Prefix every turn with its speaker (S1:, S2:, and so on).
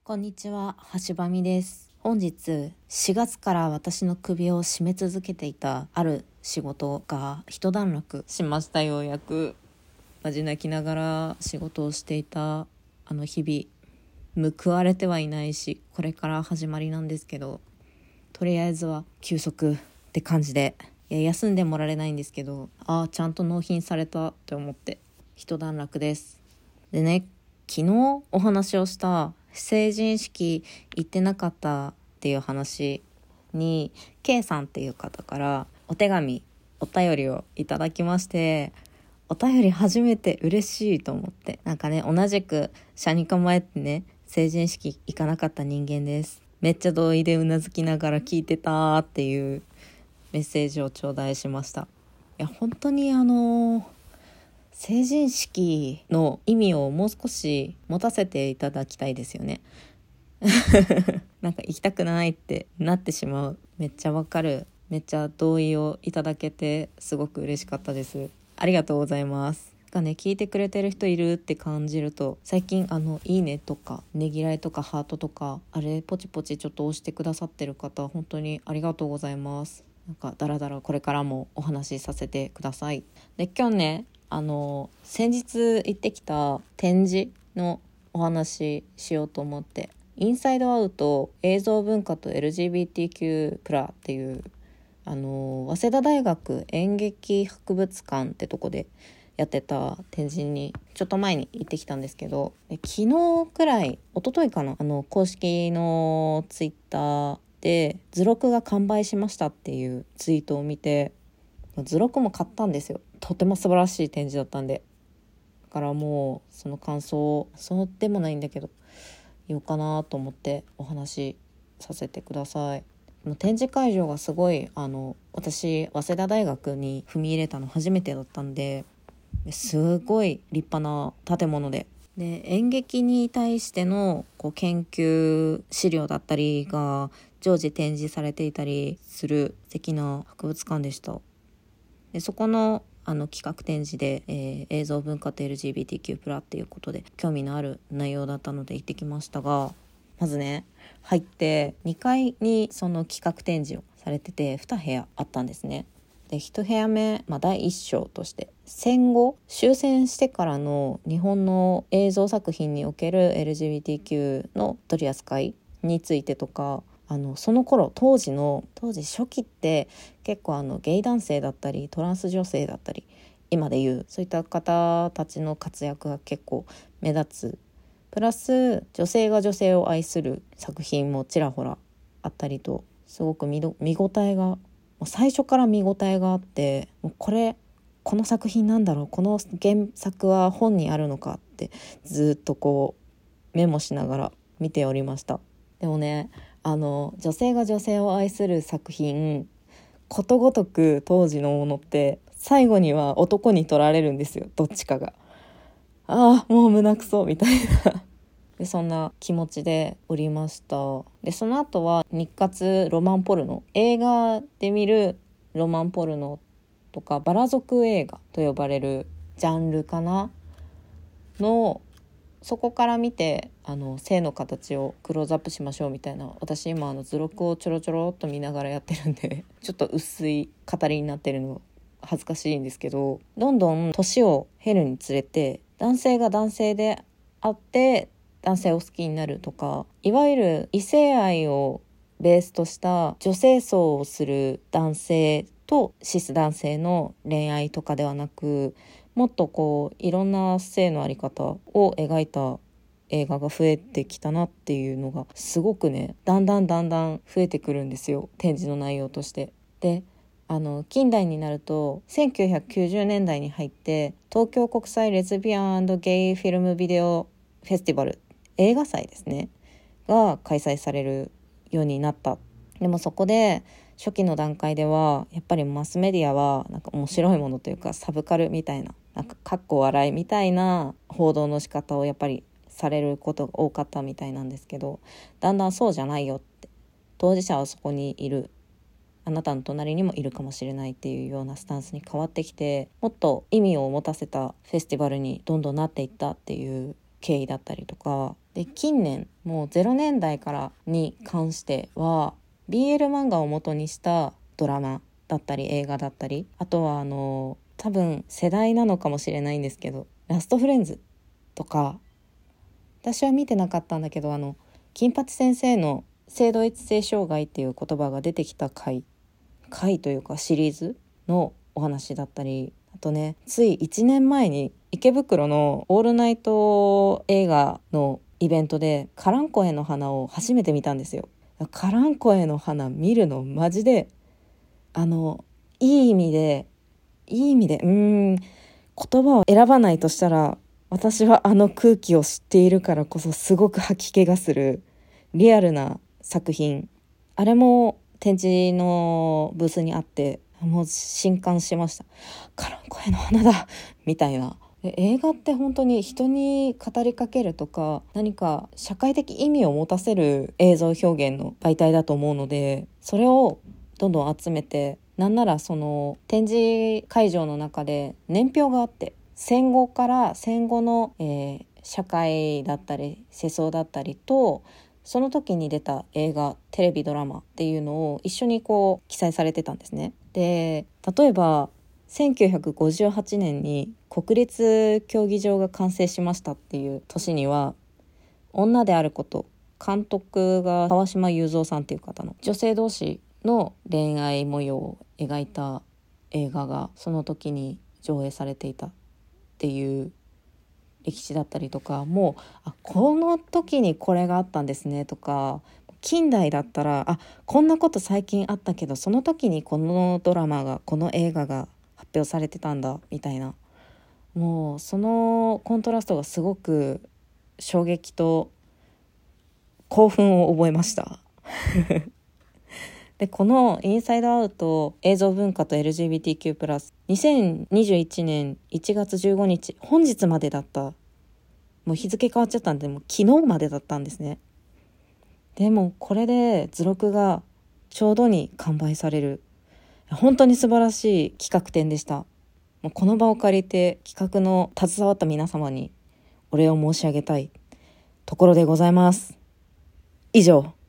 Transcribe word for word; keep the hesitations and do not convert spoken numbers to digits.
S1: こんにちは、橋場美です。本日しがつから私の首を絞め続けていたある仕事が一段落しました。ようやくまじ泣きながら仕事をしていたあの日々、報われてはいないし、これから始まりなんですけど、とりあえずは休息って感じで、いや休んでもらえないんですけど、ああちゃんと納品されたって思って一段落です。でね、昨日お話をした成人式行ってなかったっていう話に K さんっていう方からお手紙お便りをいただきまして、お便り初めて嬉しいと思って、なんかね、同じく社に構えてね、成人式行かなかった人間です。めっちゃ同意でうなずきながら聞いてたっていうメッセージを頂戴しました。いや本当にあの成人式の意味をもう少し持たせていただきたいですよね。なんか行きたくないってなってしまう。めっちゃわかる。めっちゃ同意をいただけてすごく嬉しかったです。ありがとうございます。がね、聞いてくれてる人いるって感じると、最近あのいいねとかねぎらいとかハートとかあれポチポチちょっと押してくださってる方、本当にありがとうございます。なんかだらだらこれからもお話しさせてください。で今日ね、あの先日行ってきた展示のお話しようと思って、インサイドアウト映像文化と エルジービーティーキュー プラっていうあの早稲田大学演劇博物館ってとこでやってた展示にちょっと前に行ってきたんですけど、昨日くらい一昨日かな、あの公式のツイッターで図録が完売しましたっていうツイートを見て、図録も買ったんですよ。とても素晴らしい展示だったんで。だからもうその感想そうでもないんだけど言おうかなと思ってお話しさせてください。展示会場がすごい、あの私早稲田大学に踏み入れたの初めてだったんで、すごい立派な建物で、で演劇に対してのこう研究資料だったりが常時展示されていたりする素敵な博物館でした。でそこのあの企画展示で、えー、映像文化と エルジービーティーキュー プラっていうことで興味のある内容だったので行ってきましたが、まずね入ってにかいにその企画展示をされててに部屋あったんですね。でいち部屋目、まあ、だいいっ章として戦後終戦してからの日本の映像作品における エルジービーティーキュー の取り扱いについてとか、あのその頃当時の当時初期って結構あのゲイ男性だったりトランス女性だったり今でいうそういった方たちの活躍が結構目立つ、プラス女性が女性を愛する作品もちらほらあったりと、すごく見ど見応えがもう最初から見応えがあって、もうこれこの作品なんだろう、この原作は本にあるのかってずっとこうメモしながら見ておりました。でもね、あの女性が女性を愛する作品ことごとく当時のものって最後には男に取られるんですよ、どっちかが。ああもう胸くそみたいなでそんな気持ちでおりました。でその後は日活ロマンポルノ、映画で見るロマンポルノとかバラ族映画と呼ばれるジャンルかなの、そこから見てあの性の形をクローズアップしましょうみたいな、私今あの図録をちょろちょろっと見ながらやってるんでちょっと薄い語りになってるの恥ずかしいんですけど、どんどん年を経るにつれて男性が男性であって男性を好きになるとか、いわゆる異性愛をベースとした女性層をする男性とシス男性の恋愛とかではなく、もっとこういろんな性のあり方を描いた映画が増えてきたなっていうのがすごくね、だんだんだんだん増えてくるんですよ、展示の内容として。であの近代になるとせんきゅうひゃくきゅうじゅうねんだいに入って東京国際レズビアン&ゲイフィルムビデオフェスティバル、映画祭ですねが開催されるようになった。でもそこで初期の段階ではやっぱりマスメディアはなんか面白いものというかサブカルみたいな、なんかかっこ笑いみたいな報道の仕方をやっぱりされることが多かったみたいなんですけど、だんだんそうじゃないよって、当事者はそこにいる、あなたの隣にもいるかもしれないっていうようなスタンスに変わってきて、もっと意味を持たせたフェスティバルにどんどんなっていったっていう経緯だったりとか、 で近年もうゼロねんだいからに関しては ビーエル 漫画を元にしたドラマだったり映画だったり、あとはあの多分世代なのかもしれないんですけど、ラストフレンズとか、私は見てなかったんだけど、あの金八先生の性同一性障害っていう言葉が出てきた回回というかシリーズのお話だったり、あとね、ついいちねんまえに池袋のオールナイト映画のイベントでカランコエの花を初めて見たんですよ。カランコエの花見るのマジであのいい意味でいい意味でうーん言葉を選ばないとしたら、私はあの空気を知っているからこそすごく吐き気がするリアルな作品。あれも展示のブースにあってもう震撼しました。カランコエの花だみたいな。映画って本当に人に語りかけるとか、何か社会的意味を持たせる映像表現の媒体だと思うので、それをどんどん集めて、なんならその展示会場の中で年表があって、戦後から戦後の、えー社会だったり世相だったりと、その時に出た映画テレビドラマっていうのを一緒にこう記載されてたんですね。で例えばせんきゅうひゃくごじゅうはちねんに国立競技場が完成しましたっていう年には、女であること、監督が川島雄三さんっていう方の女性同士の恋愛模様を描いた映画がその時に上映されていたっていう歴史だったりとか、もうあこの時にこれがあったんですねとか、近代だったらあこんなこと最近あったけどその時にこのドラマがこの映画が発表されてたんだみたいな、もうそのコントラストがすごく衝撃と興奮を覚えましたでこのインサイドアウト映像文化と エルジービーティーキュープラス、にせんにじゅういちねんいちがつじゅうごにち、本日までだった。もう日付変わっちゃったんで、もう昨日までだったんですね。でもこれで図録がちょうどに完売される、本当に素晴らしい企画展でした。もうこの場を借りて企画の携わった皆様にお礼を申し上げたいところでございます。以上。